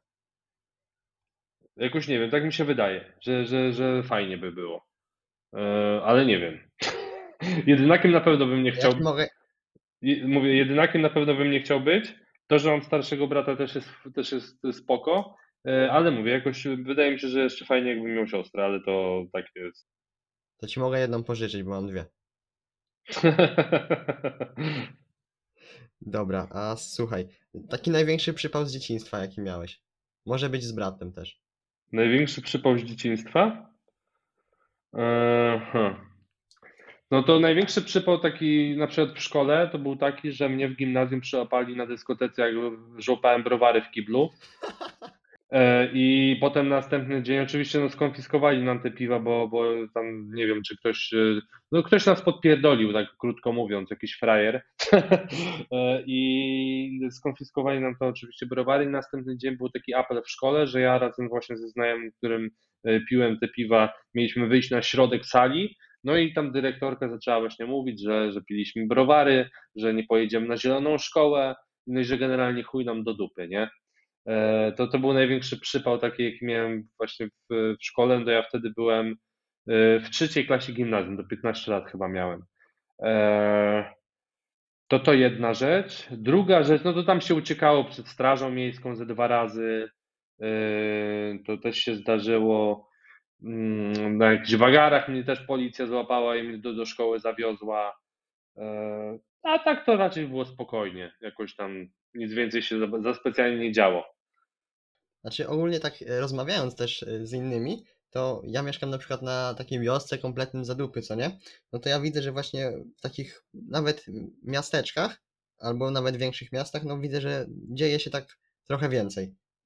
Jakoś nie wiem, tak mi się wydaje, że fajnie by było. Ale nie wiem. Jedynakiem na pewno bym nie Ja chciał. ci mogę, Mówię, jedynakiem na pewno bym nie chciał być. To, że mam starszego brata też jest spoko, ale mówię, jakoś wydaje mi się, że jeszcze fajnie jakbym miał siostrę, ale to tak jest. to ci mogę jedną pożyczyć, bo mam dwie. Dobra, a słuchaj, taki największy przypał z dzieciństwa, jaki miałeś. Może być z bratem też. Największy przypał z dzieciństwa? Huh. No to największy przypał taki na przykład w szkole to był taki, że mnie w gimnazjum przyłapali na dyskotece, jak żłopałem browary w kiblu. I potem następny dzień oczywiście no, skonfiskowali nam te piwa, bo tam nie wiem, czy ktoś, no ktoś nas podpierdolił, tak krótko mówiąc, jakiś frajer. I skonfiskowali nam to oczywiście browary i następny dzień był taki apel w szkole, że ja razem właśnie ze znajomym, którym piłem te piwa, mieliśmy wyjść na środek sali, no i tam dyrektorka zaczęła właśnie mówić, że piliśmy browary, że nie pojedziemy na zieloną szkołę, no i że generalnie chuj nam do dupy, nie? To był największy przypał taki, jaki miałem właśnie w szkole, no to ja wtedy byłem w 3. klasie gimnazjum, do 15 lat chyba miałem. E, to jedna rzecz. Druga rzecz, no to tam się uciekało przed strażą miejską ze 2 razy. To też się zdarzyło. Na jakichś wagarach mnie też policja złapała i mnie do szkoły zawiozła. A tak to raczej było spokojnie. Jakoś tam nic więcej się za specjalnie nie działo. Znaczy ogólnie tak rozmawiając też z innymi, to ja mieszkam na przykład na takiej wiosce kompletnym zadupy, co nie? No to ja widzę, że właśnie w takich nawet miasteczkach, albo nawet większych miastach, no widzę, że dzieje się tak trochę więcej.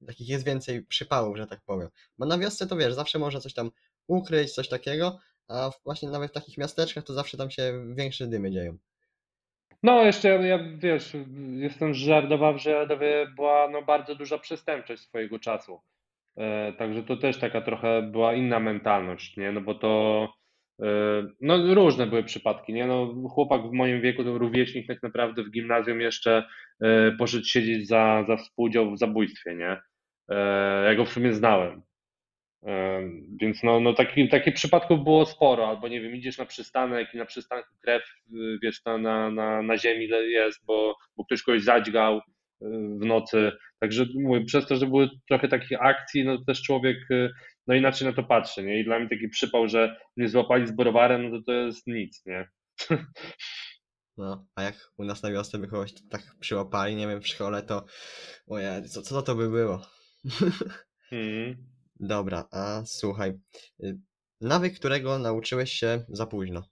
takich jest więcej przypałów, że tak powiem. Bo na wiosce to wiesz, zawsze można coś tam ukryć, coś takiego, a właśnie nawet w takich miasteczkach to zawsze tam się większe dymy dzieją. No, jeszcze ja wiesz, jestem żartował, że Radowie była no, bardzo duża przestępczość swojego czasu. Także to też taka trochę była inna mentalność, nie? No bo to no różne były przypadki, nie? No chłopak w moim wieku, to rówieśnik tak naprawdę w gimnazjum jeszcze poszedł siedzieć za współudział w zabójstwie, nie? Ja go w sumie znałem. Więc no takich przypadków było sporo, albo nie wiem, idziesz na przystanek i na przystanku krew, wiesz, na ziemi jest, bo ktoś kogoś zadźgał w nocy. Także mówię, przez to, że były trochę takich akcji, no to też człowiek no inaczej na to patrzy, nie? I dla mnie taki przypał, że mnie złapali z browarem, no to jest nic, nie? No, a jak u nas na wiosce by kogoś tak przyłapali, nie wiem, w szkole, to ojej, co to by było? Mhm. Dobra, a słuchaj, y, nawyk, którego nauczyłeś się za późno.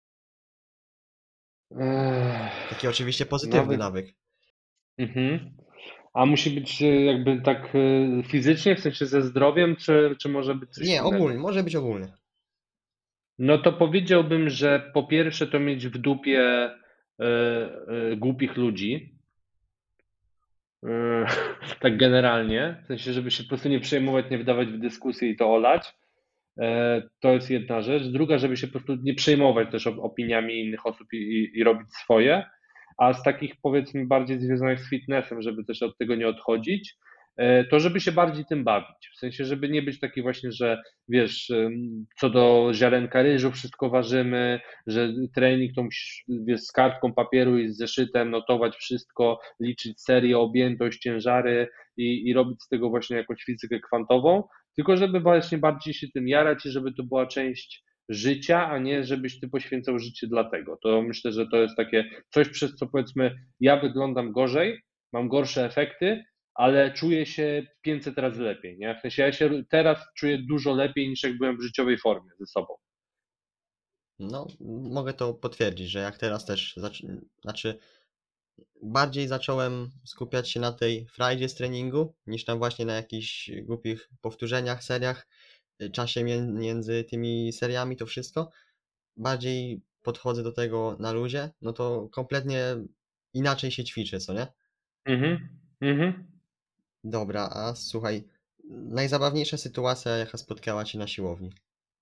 Taki oczywiście pozytywny Nawet. nawyk. Mhm. A musi być jakby tak fizycznie, w sensie ze zdrowiem, czy może być coś Nie, innego? ogólnie, może być ogólnie. No to powiedziałbym, że po pierwsze to mieć w dupie głupich ludzi, e, tak generalnie, w sensie, żeby się po prostu nie przejmować, nie wdawać w dyskusję i to olać. To jest jedna rzecz. Druga, żeby się po prostu nie przejmować też opiniami innych osób i robić swoje. A z takich powiedzmy bardziej związanych z fitnessem, żeby też od tego nie odchodzić, to żeby się bardziej tym bawić. W sensie, żeby nie być taki właśnie, że wiesz, co do ziarenka ryżu wszystko ważymy, że trening to musisz wiesz, z kartką papieru i z zeszytem notować wszystko, liczyć serię, objętość, ciężary i robić z tego właśnie jakąś fizykę kwantową, tylko żeby właśnie bardziej się tym jarać i żeby to była część życia, a nie żebyś ty poświęcał życie dla tego. To myślę, że to jest takie coś, przez co powiedzmy ja wyglądam gorzej, mam gorsze efekty, ale czuję się 500 razy lepiej, nie? W sensie ja się teraz czuję dużo lepiej niż jak byłem w życiowej formie ze sobą. No, mogę to potwierdzić, że jak teraz też, znaczy bardziej zacząłem skupiać się na tej frajdzie z treningu, niż tam właśnie na jakichś głupich powtórzeniach, seriach, czasie między tymi seriami, to wszystko. Bardziej podchodzę do tego na luzie, no to kompletnie inaczej się ćwiczę, co nie? Mhm, mhm. Dobra, a słuchaj, najzabawniejsza sytuacja, jaka spotkała Cię na siłowni.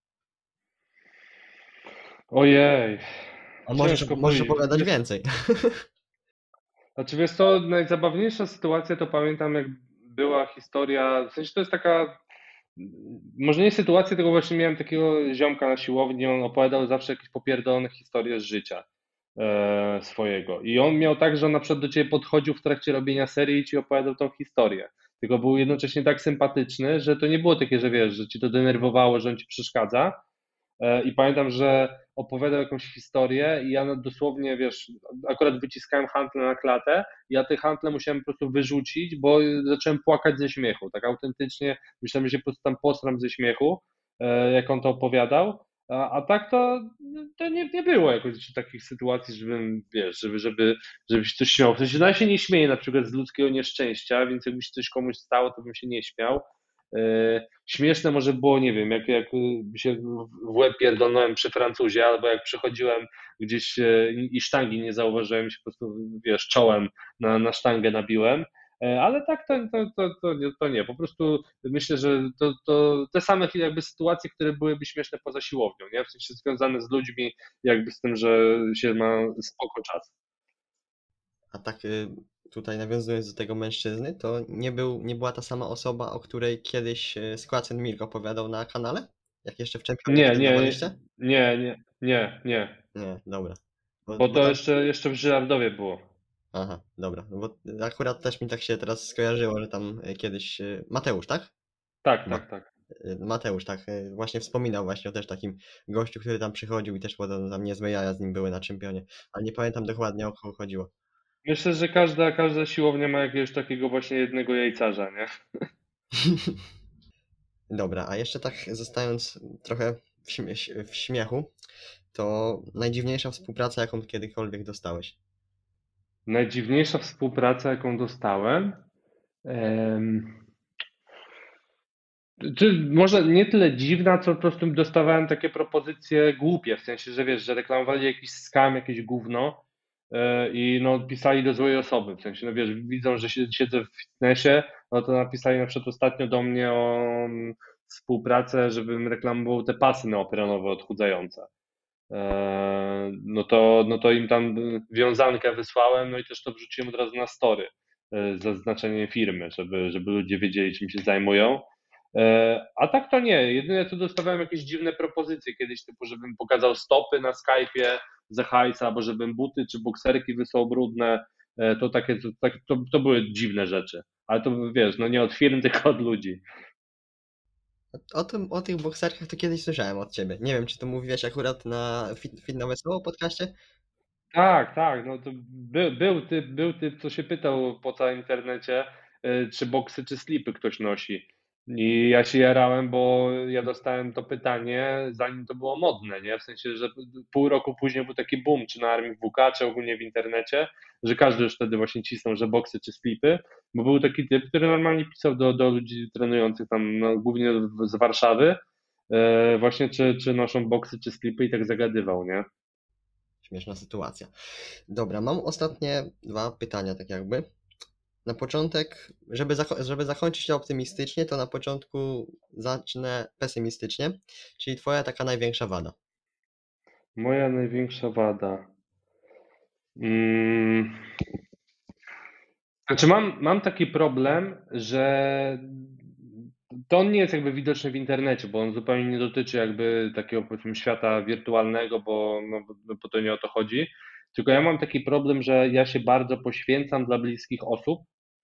Ojej, A możesz, ciężko możesz powiedzieć. opowiadać więcej. Znaczy wiesz co, najzabawniejsza sytuacja to pamiętam jak była historia, w sensie to jest taka, może nie sytuacja, tylko właśnie miałem takiego ziomka na siłowni, on opowiadał zawsze jakieś popierdolone historie z życia swojego. I on miał tak, że on na przykład do ciebie podchodził w trakcie robienia serii i ci opowiadał tą historię. Tylko był jednocześnie tak sympatyczny, że to nie było takie, że wiesz, że ci to denerwowało, że on ci przeszkadza, i pamiętam, że opowiadał jakąś historię i ja dosłownie, wiesz, akurat wyciskałem hantle na klatę i ja te hantle musiałem po prostu wyrzucić, bo zacząłem płakać ze śmiechu, tak autentycznie myślałem, że się po prostu tam posram ze śmiechu, jak on to opowiadał, a tak to nie było jakoś takich sytuacji, żebym, wiesz, żeby się coś śmiał. W sensie, no ja się nie śmieję na przykład z ludzkiego nieszczęścia, więc jakby się coś komuś stało, to bym się nie śmiał. Śmieszne może było, nie wiem, jak się w łeb pierdolnąłem przy Francuzie, albo jak przychodziłem gdzieś i sztangi nie zauważyłem, się po prostu, wiesz, czołem na sztangę nabiłem. Ale tak to nie. Po prostu myślę, że to te same jakby sytuacje, które byłyby śmieszne poza siłownią, nie? W sensie związane z ludźmi, jakby z tym, że się ma spoko czas. A tak tutaj nawiązując do tego mężczyzny, to nie była ta sama osoba, o której kiedyś Skład Milk opowiadał na kanale? Jak jeszcze w Czempionie Nie, nie, trenowaliście? nie. Nie, dobra. Bo Bo to tam. jeszcze w Żyrardowie było. Aha, dobra. No bo akurat też mi tak się teraz skojarzyło, że tam kiedyś Mateusz, tak? Tak, Ma, tak, tak. Mateusz, tak, właśnie wspominał właśnie o też takim gościu, który tam przychodził i też podobno tam niezłe jaja z nim były na Czempionie, ale nie pamiętam dokładnie o kogo chodziło. Myślę, że każda siłownia ma jakiegoś takiego właśnie jednego jajcarza, nie? Dobra, a jeszcze tak zostając trochę w śmiechu, to najdziwniejsza współpraca, jaką kiedykolwiek dostałeś. Najdziwniejsza współpraca, jaką dostałem. em, Czy może nie tyle dziwna, co po prostu dostawałem takie propozycje głupie, w sensie, że wiesz, że reklamowali jakiś scam, jakieś gówno i no pisali do złej osoby, w sensie, no wiesz, widzą, że siedzę w fitnessie, no to napisali na przykład ostatnio do mnie o współpracę, żebym reklamował te pasy neoprenowe odchudzające. No to im tam wiązankę wysłałem, no i też to wrzuciłem od razu na story z zaznaczeniem firmy, żeby ludzie wiedzieli, czym się zajmują. A tak to nie. Jedyne co dostawałem jakieś dziwne propozycje kiedyś, typu żebym pokazał stopy na Skype'ie za hajs, albo żebym buty czy bokserki wysłał brudne. To takie, to były dziwne rzeczy. Ale to wiesz, no nie od firm, tylko od ludzi. O tych bokserkach to kiedyś słyszałem od ciebie. Nie wiem, czy to mówiłeś akurat na Fit na Wesoło podcaście? Tak, tak, no to był typ, co się pytał po całym internecie, czy boksy, czy slipy ktoś nosi. I ja się jarałem, bo ja dostałem to pytanie, zanim to było modne, nie? W sensie, że pół roku później był taki boom, czy na Armii WK, czy ogólnie w internecie, że każdy już wtedy właśnie cisnął, że boksy czy slipy, bo był taki typ, który normalnie pisał do ludzi trenujących tam, no, głównie z Warszawy, właśnie czy noszą boksy, czy slipy i tak zagadywał, nie? Śmieszna sytuacja. Dobra, mam ostatnie dwa pytania, tak jakby. Na początek, żeby zakończyć to optymistycznie, to na początku zacznę pesymistycznie, czyli twoja taka największa wada. Moja największa wada. Mm, Znaczy mam taki problem, że to on nie jest jakby widoczny w internecie, bo on zupełnie nie dotyczy jakby takiego powiedzmy świata wirtualnego, bo, no, bo to nie o to chodzi. Tylko ja mam taki problem, że ja się bardzo poświęcam dla bliskich osób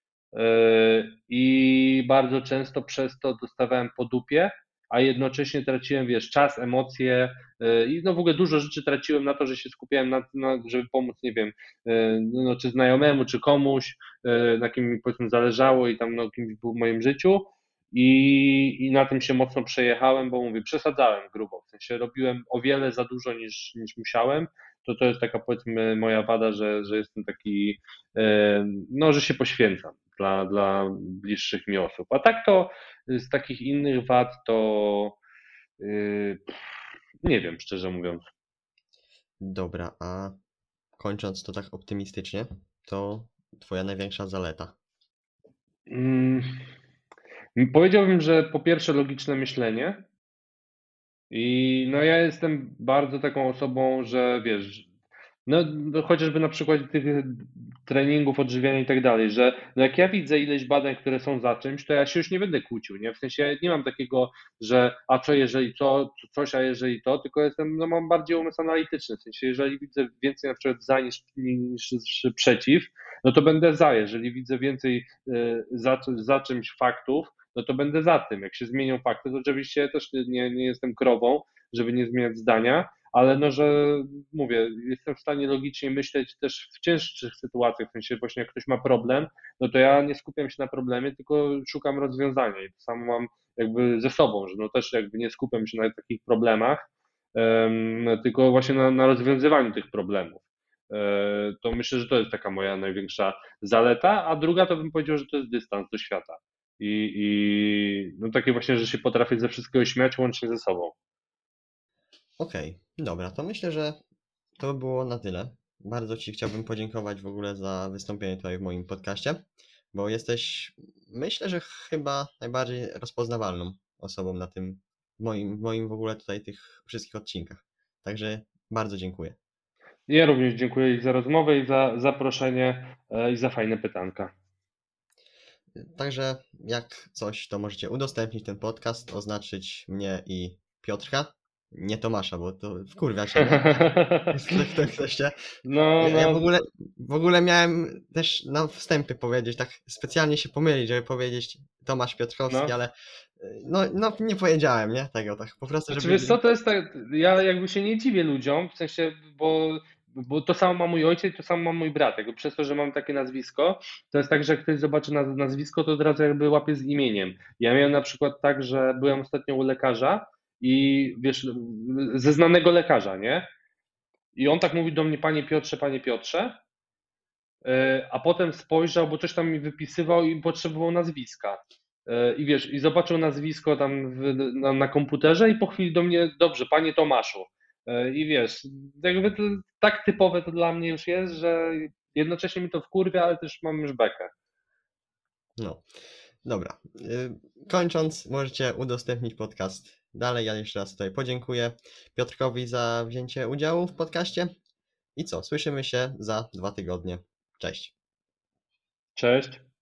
i bardzo często przez to dostawałem po dupie, a jednocześnie traciłem, wiesz, czas, emocje i no w ogóle dużo rzeczy traciłem na to, że się skupiałem żeby pomóc, nie wiem, no, czy znajomemu, czy komuś, na kim mi powiedzmy zależało i tam no, kimś był w moim życiu. I na tym się mocno przejechałem, bo mówię, przesadzałem grubo. W sensie robiłem o wiele za dużo niż musiałem. To jest taka powiedzmy moja wada, że jestem taki, no, że się poświęcam dla bliższych mi osób. A tak to z takich innych wad to pff, nie wiem, szczerze mówiąc. Dobra, a kończąc to tak optymistycznie, to twoja największa zaleta. Mm, Powiedziałbym, że po pierwsze logiczne myślenie i no ja jestem bardzo taką osobą, że wiesz, no chociażby na przykładzie tych treningów, odżywiania i tak dalej, że no jak ja widzę ileś badań, które są za czymś, to ja się już nie będę kłócił, nie? W sensie ja nie mam takiego, że a co jeżeli coś, a jeżeli to, tylko jestem, no mam bardziej umysł analityczny, w sensie jeżeli widzę więcej na przykład za niż przeciw, no to będę za, jeżeli widzę więcej za czymś faktów, no to będę za tym. Jak się zmienią fakty, to oczywiście ja też nie jestem krową, żeby nie zmieniać zdania, ale no, że mówię, jestem w stanie logicznie myśleć też w cięższych sytuacjach, w sensie właśnie jak ktoś ma problem, no to ja nie skupiam się na problemie, tylko szukam rozwiązania i to samo mam jakby ze sobą, że no też jakby nie skupiam się na takich problemach, tylko właśnie na rozwiązywaniu tych problemów. To myślę, że to jest taka moja największa zaleta, a druga to bym powiedział, że to jest dystans do świata. I no takie właśnie, że się potrafię ze wszystkiego śmiać łącznie ze sobą. Okej, dobra, to myślę, że to by było na tyle. Bardzo ci chciałbym podziękować w ogóle za wystąpienie tutaj w moim podcaście, bo jesteś, myślę, że chyba najbardziej rozpoznawalną osobą na tym moim w ogóle tutaj tych wszystkich odcinkach. Także bardzo dziękuję. Ja również dziękuję za rozmowę i za zaproszenie i za fajne pytanka. Także jak coś, to możecie udostępnić ten podcast, oznaczyć mnie i Piotrka, nie Tomasza, bo to wkurwia cię, nie? Ktoś. No, Ja no, w ogóle miałem też na wstępie powiedzieć, tak specjalnie się pomylić, żeby powiedzieć Tomasz Piotrkowski, no. ale no nie powiedziałem, nie? Tego tak, po prostu, Znaczy żeby... wiesz co, to jest tak, ja jakby się nie dziwię ludziom, w sensie, bo to samo ma mój ojciec, to samo ma mój brat. Jakby przez to, że mam takie nazwisko, to jest tak, że jak ktoś zobaczy nazwisko, to od razu jakby łapie z imieniem. Ja miałem na przykład tak, że byłem ostatnio u lekarza i wiesz, ze znanego lekarza, nie? I on tak mówi do mnie, panie Piotrze, a potem spojrzał, bo coś tam mi wypisywał i potrzebował nazwiska. i wiesz, i zobaczył nazwisko tam na komputerze i po chwili do mnie, dobrze, panie Tomaszu. I wiesz, jakby to, tak typowe to dla mnie już jest, że jednocześnie mi to wkurwia, ale też mam już bekę. No, dobra. Kończąc, możecie udostępnić podcast dalej. Ja jeszcze raz tutaj podziękuję Piotrkowi za wzięcie udziału w podcaście. I co? Słyszymy się za 2 tygodnie. Cześć. Cześć.